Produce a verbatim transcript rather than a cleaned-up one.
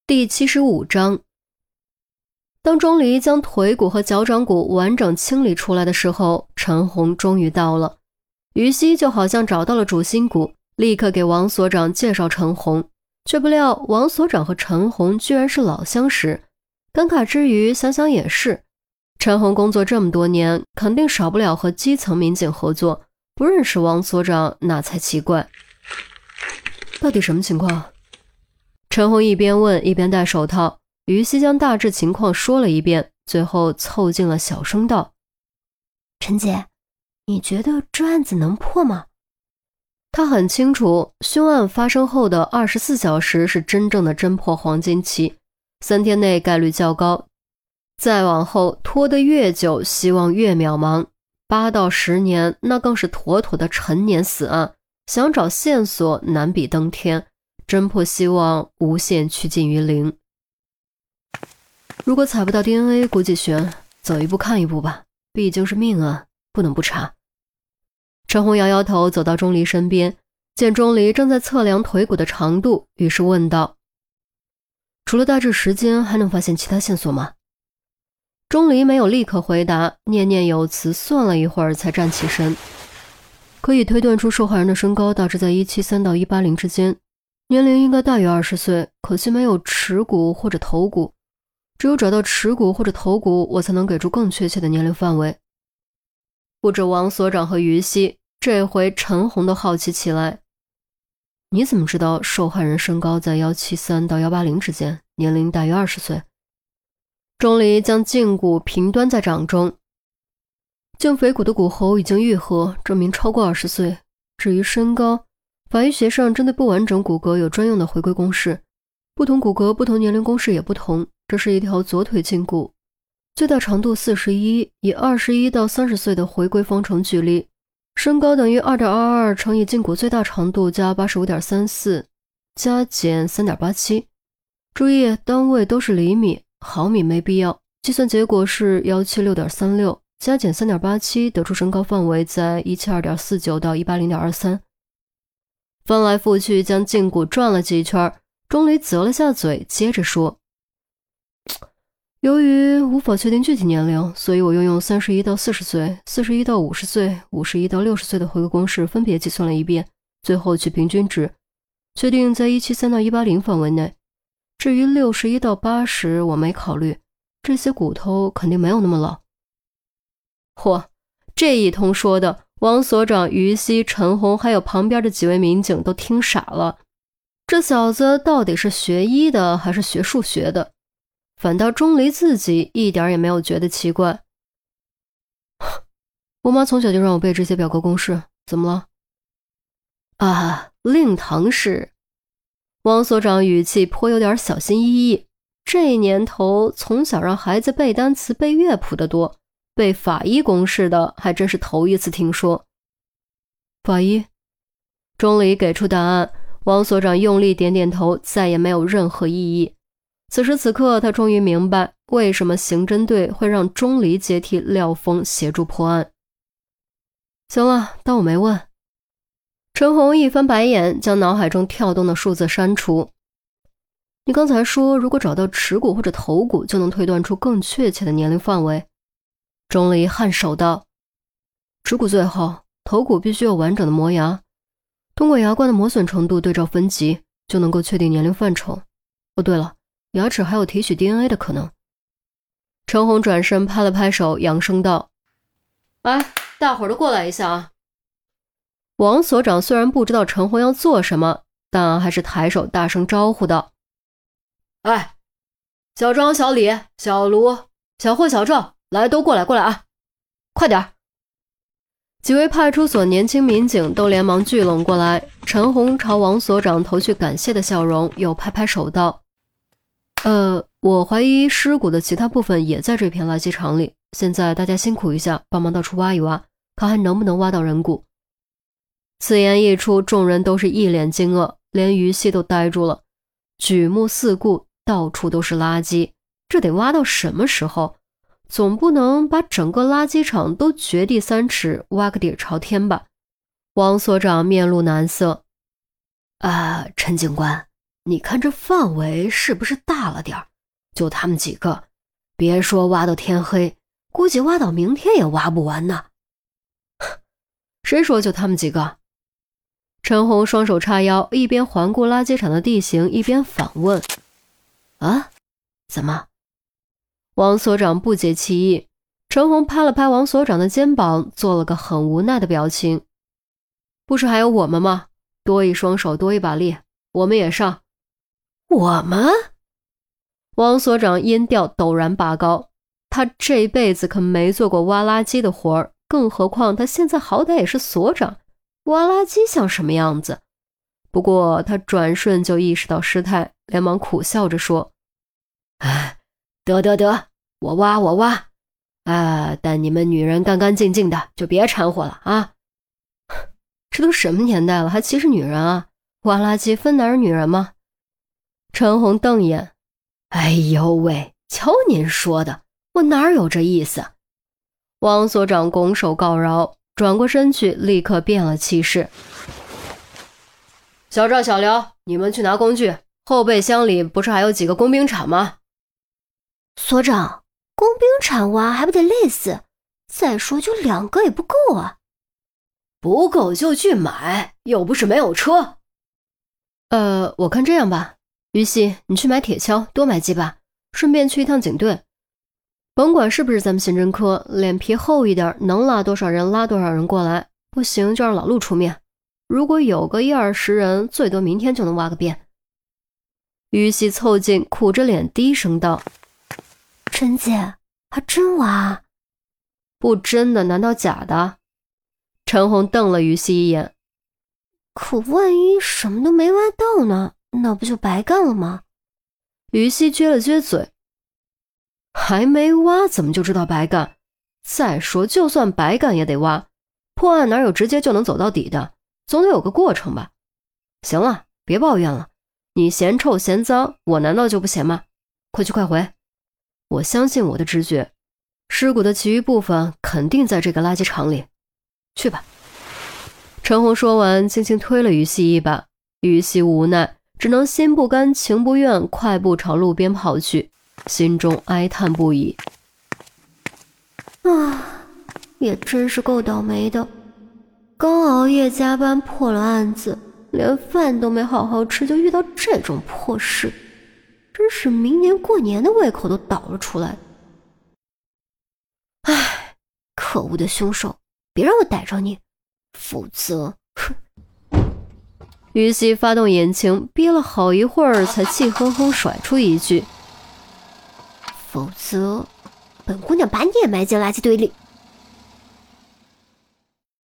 第七十五章，当钟离将腿骨和脚掌骨完整清理出来的时候，陈红终于到了。于西就好像找到了主心骨，立刻给王所长介绍陈红，却不料王所长和陈红居然是老相识。感慨之余，想想也是，陈红工作这么多年，肯定少不了和基层民警合作，不认识王所长那才奇怪。到底什么情况？陈红一边问一边戴手套，于西将大致情况说了一遍，最后凑近了小声道： 陈姐，你觉得这案子能破吗？ 他很清楚，凶案发生后的二十四小时是真正的侦破黄金期，三天内概率较高，再往后拖得越久，希望越渺茫。八到十年，那更是妥妥的陈年死案，想找线索难比登天，侦破希望无限趋近于零。如果采不到 D N A， 估计悬，走一步看一步吧，毕竟是命案，不能不查。陈红摇摇头，走到钟离身边，见钟离正在测量腿骨的长度，于是问道：除了大致时间，还能发现其他线索吗？钟离没有立刻回答，念念有词，算了一会儿才站起身。可以推断出受害人的身高大致在一七三到一八零之间，年龄应该大于二十岁，可惜没有耻骨或者头骨，只有找到耻骨或者头骨，我才能给出更确切的年龄范围。不止王所长和于西，这回陈红都好奇起来。你怎么知道受害人身高在一七三到一八零之间，年龄大于二十岁？钟离将胫骨平端在掌中，胫腓骨的骨骺已经愈合，证明超过二十岁。至于身高，法医学上针对不完整骨骼有专用的回归公式，不同骨骼不同年龄公式也不同。这是一条左腿胫骨，最大长度四十一，以二十一到三十岁的回归方程举例，身高等于 二点二二 乘以胫骨最大长度加 八十五点三四 加减 三点八七。 注意单位都是厘米，毫米没必要。计算结果是 一百七十六点三六 加减 三点八七， 得出身高范围在 一百七十二点四九 到 一百八十点二三。 翻来覆去将胫骨转了几圈，钟离啧了下嘴，接着说：由于无法确定具体年龄，所以我又用三十一到四十岁、四十一到五十岁、五十一到六十岁的回归公式分别计算了一遍，最后取平均值，确定在一七三到一八零范围内。至于六十一到八十我没考虑，这些骨头肯定没有那么老。嚯，这一通说的，王所长、于西、陈红还有旁边的几位民警都听傻了。这小子到底是学医的还是学数学的？反倒钟离自己一点也没有觉得奇怪。我妈从小就让我背这些表格公式，怎么了？啊，令堂是。王所长语气颇有点小心翼翼，这年头从小让孩子背单词背乐谱的多，背法医公式的还真是头一次听说。法医？钟离给出答案，王所长用力点点头，再也没有任何异议。此时此刻，他终于明白为什么刑侦队会让钟离接替廖峰协助破案。行了，当我没问。陈红一翻白眼，将脑海中跳动的数字删除。你刚才说，如果找到耻骨或者头骨，就能推断出更确切的年龄范围。钟离颔首道：耻骨最好，头骨必须有完整的磨牙，通过牙冠的磨损程度对照分级，就能够确定年龄范畴。哦，对了，牙齿还有提取 D N A 的可能。陈红转身拍了拍手，扬声道：哎，大伙儿都过来一下啊！王所长虽然不知道陈红要做什么，但还是抬手大声招呼道：哎，小张、小李、小卢、小霍、小赵，来，都过来过来啊，快点！几位派出所年轻民警都连忙聚拢过来。陈红朝王所长投去感谢的笑容，又拍拍手道：呃，我怀疑尸骨的其他部分也在这片垃圾场里，现在大家辛苦一下，帮忙到处挖一挖，看还能不能挖到人骨。此言一出，众人都是一脸惊愕，连于西都呆住了。举目四顾，到处都是垃圾，这得挖到什么时候？总不能把整个垃圾场都掘地三尺，挖个底朝天吧？王所长面露难色。 啊，陈警官， 你看这范围是不是大了点儿？就他们几个，别说挖到天黑，估计挖到明天也挖不完呢。谁说就他们几个？陈红双手叉腰，一边环顾垃圾场的地形，一边反问：啊？怎么？王所长不解其意。陈红拍了拍王所长的肩膀，做了个很无奈的表情。不是还有我们吗？多一双手，多一把力，我们也上。我们？王所长音调陡然拔高，他这辈子可没做过挖垃圾的活儿，更何况他现在好歹也是所长，挖垃圾像什么样子？不过他转瞬就意识到失态，连忙苦笑着说：哎，得得得，我挖我挖，啊，但你们女人干干净净的，就别掺和了啊！这都什么年代了，还歧视女人啊？挖垃圾分男人女人吗？陈红瞪眼，哎呦喂，瞧您说的，我哪有这意思？王所长拱手告饶，转过身去，立刻变了气势。小赵、小刘，你们去拿工具，后备箱里不是还有几个工兵铲吗？ 所长，工兵铲挖还不得累死？再说就两个也不够啊。 不够就去买，又不是没有车。呃，我看这样吧，于西，你去买铁锹，多买几把，顺便去一趟警队。甭管是不是咱们刑侦科，脸皮厚一点，能拉多少人拉多少人过来，不行就让老陆出面。如果有个一二十人，最多明天就能挖个遍。于西凑近，苦着脸低声道： 陈姐，还真挖？ 不真的，难道假的？陈红瞪了于西一眼。 可万一什么都没挖到呢？那不就白干了吗？ 于西撅了撅嘴，还没挖怎么就知道白干？再说就算白干也得挖，破案哪有直接就能走到底的，总得有个过程吧。行了，别抱怨了，你嫌臭嫌脏，我难道就不嫌吗？快去快回，我相信我的直觉，尸骨的其余部分肯定在这个垃圾场里。去吧。陈红说完，轻轻推了于西一把，于西无奈，只能心不甘情不愿，快步朝路边跑去，心中哀叹不已。 啊，也真是够倒霉的，刚熬夜加班破了案子，连饭都没好好吃，就遇到这种破事，真是明年过年的胃口都倒了出来。唉，可恶的凶手，别让我逮着你，否则，哼！ 于西发动引擎，憋了好一会儿，才气哼哼甩出一句： 否则，本姑娘把你也埋进垃圾堆里。